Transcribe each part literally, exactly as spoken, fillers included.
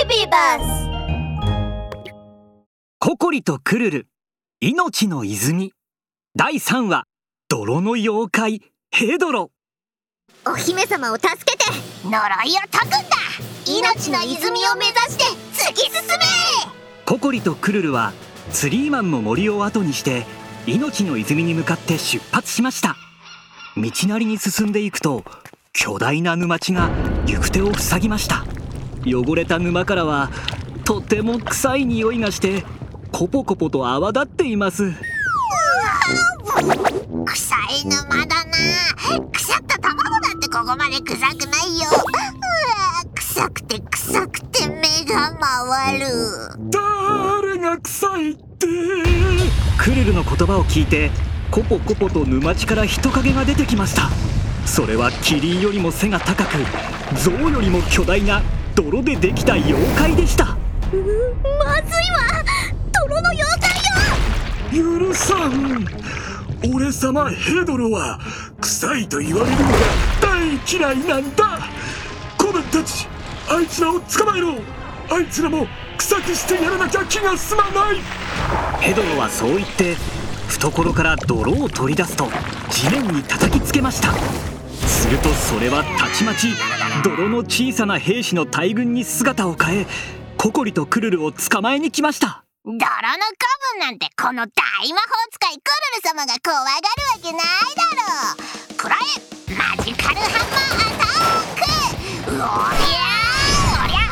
ビバス。 ココリとクルル命の泉だいさんわ、泥の妖怪ヘドロ。 お姫様を助けて呪いを解くんだ。命の泉を目指して突き進め。 ココリとクルルはツリーマンの森を後にして命の泉に向かって出発しました。道なりに進んでいくと巨大な沼地が行く手を塞ぎました。汚れた沼からはとても臭い匂いがしてコポコポと泡立っています。 臭い沼だな。腐った卵なんてここまで臭くないよ。うわ、臭くて臭くて目が回る。 誰が臭いって。クルルの言葉を聞いてコポコポと沼地から人影が出てきました。それはキリンよりも背が高くゾウよりも巨大な泥でできた妖怪でした。 うまずいわ。泥の妖怪よ。許さん。俺様ヘドロは臭いと言われるのが大嫌いなんだ。子分たち、あいつらを捕まえろ。あいつらも臭くしてやらなきゃ気が済まない。 ヘドロはそう言って懐から泥を取り出すと地面に叩きつけました。するとそれはたちまち泥の小さな兵士の大軍に姿を変えココリとクルルを捕まえに来ました。 泥の子分なんてこの大魔法使いクルル様が怖がるわけないだろう。くらえマジカルハンマーアタック。うおりゃーおりゃおりゃおりゃおりゃ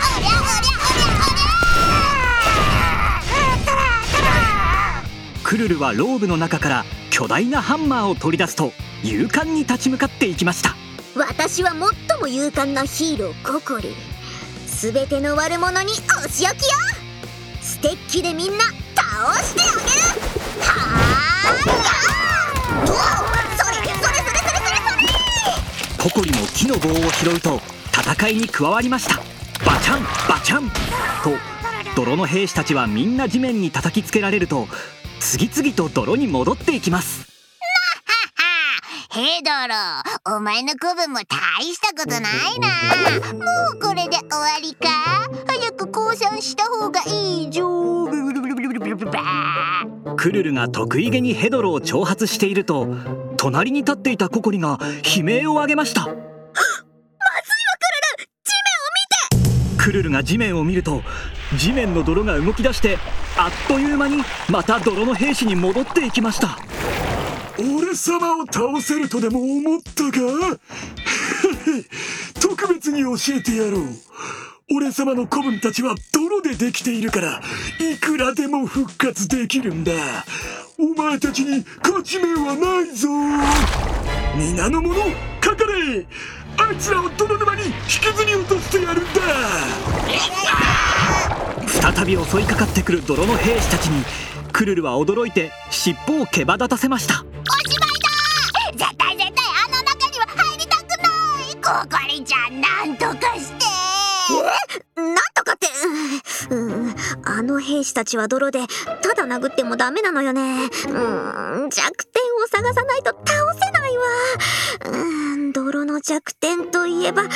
おりゃ。 クルルはローブの中から巨大なハンマーを取り出すと勇敢に立ち向かっていきました。 私は最も勇敢なヒーローココリ。すべての悪者にお仕置きよ。ステッキでみんな倒してあげる。はーいやー。おお、それそれそれそれそれそれ。 ココリも木の棒を拾うと戦いに加わりました。バチャンバチャンと泥の兵士たちはみんな地面に叩きつけられると次々と泥に戻っていきます。 ヘドロ、お前の子分も大したことないな。もうこれで終わりか。早く降参した方がいいぞ。 クルルが得意げにヘドロを挑発していると隣に立っていたココリが悲鳴を上げました。まずいわクルル、地面を見て。 クルルが地面を見ると地面の泥が動き出してあっという間にまた泥の兵士に戻っていきました。 俺様を倒せるとでも思ったか。特別に教えてやろう。俺様の子分たちは泥でできているからいくらでも復活できるんだ。お前たちに勝ち目はないぞ。皆の者かかれ。あいつらを泥沼に引きずり落としてやるんだ。 再び襲いかかってくる泥の兵士たちにクルルは驚いて尻尾をけば立たせました。 おしまいだ。絶対絶対あの中には入りたくない。ココリちゃんなんとかして。え、なんとかって、うん、あの兵士たちは泥でただ殴ってもダメなのよね。うん、弱点を探さないと倒せないわ。うん、泥の弱点といえば、うんと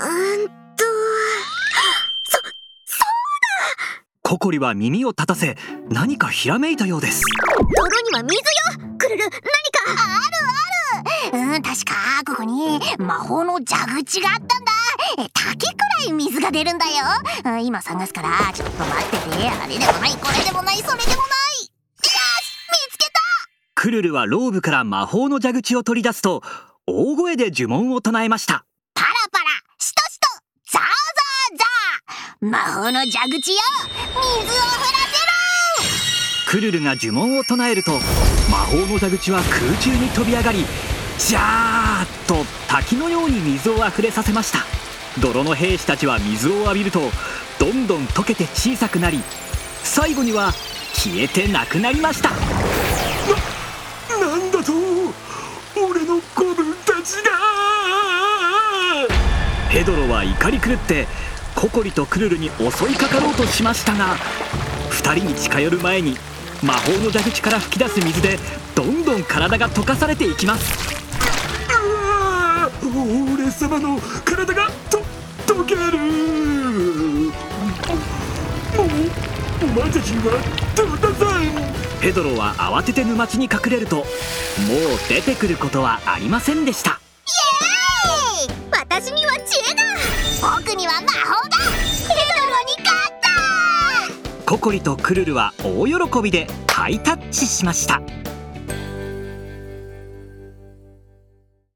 そ、そうだ。 ココリは耳を立たせ何かひらめいたようです。 泥には水よ。クルル、何かあるある。うん、確かここに魔法の蛇口があったんだ。滝くらい水が出るんだよ。うん、今探すからちょっと待ってて。あれでもない、これでもない、それでもない。よし、見つけた。 クルルはローブから魔法の蛇口を取り出すと大声で呪文を唱えました。 パラパラシトシトザーザーザー。魔法の蛇口よ、水を降らせろ。 クルルが呪文を唱えると魔法の蛇口は空中に飛び上がりジャーッと滝のように水をあふれさせました。泥の兵士たちは水を浴びるとどんどん溶けて小さくなり最後には消えてなくなりました。 な、なんだと俺の子分たちが。 ヘドロは怒り狂ってココリとクルルに襲いかかろうとしましたがふたりに近寄る前に魔法の蛇口から噴き出す水でどんどん体が溶かされていきます。 うわー、俺様の体がと溶ける。 たちにはどうださん。 ペドロは慌てて沼地に隠れると、もう出てくることはありませんでした。 イエーイ、私には知恵が、僕には魔法が。ペドロに勝った。 ココリとクルルは大喜びでハイタッチしました。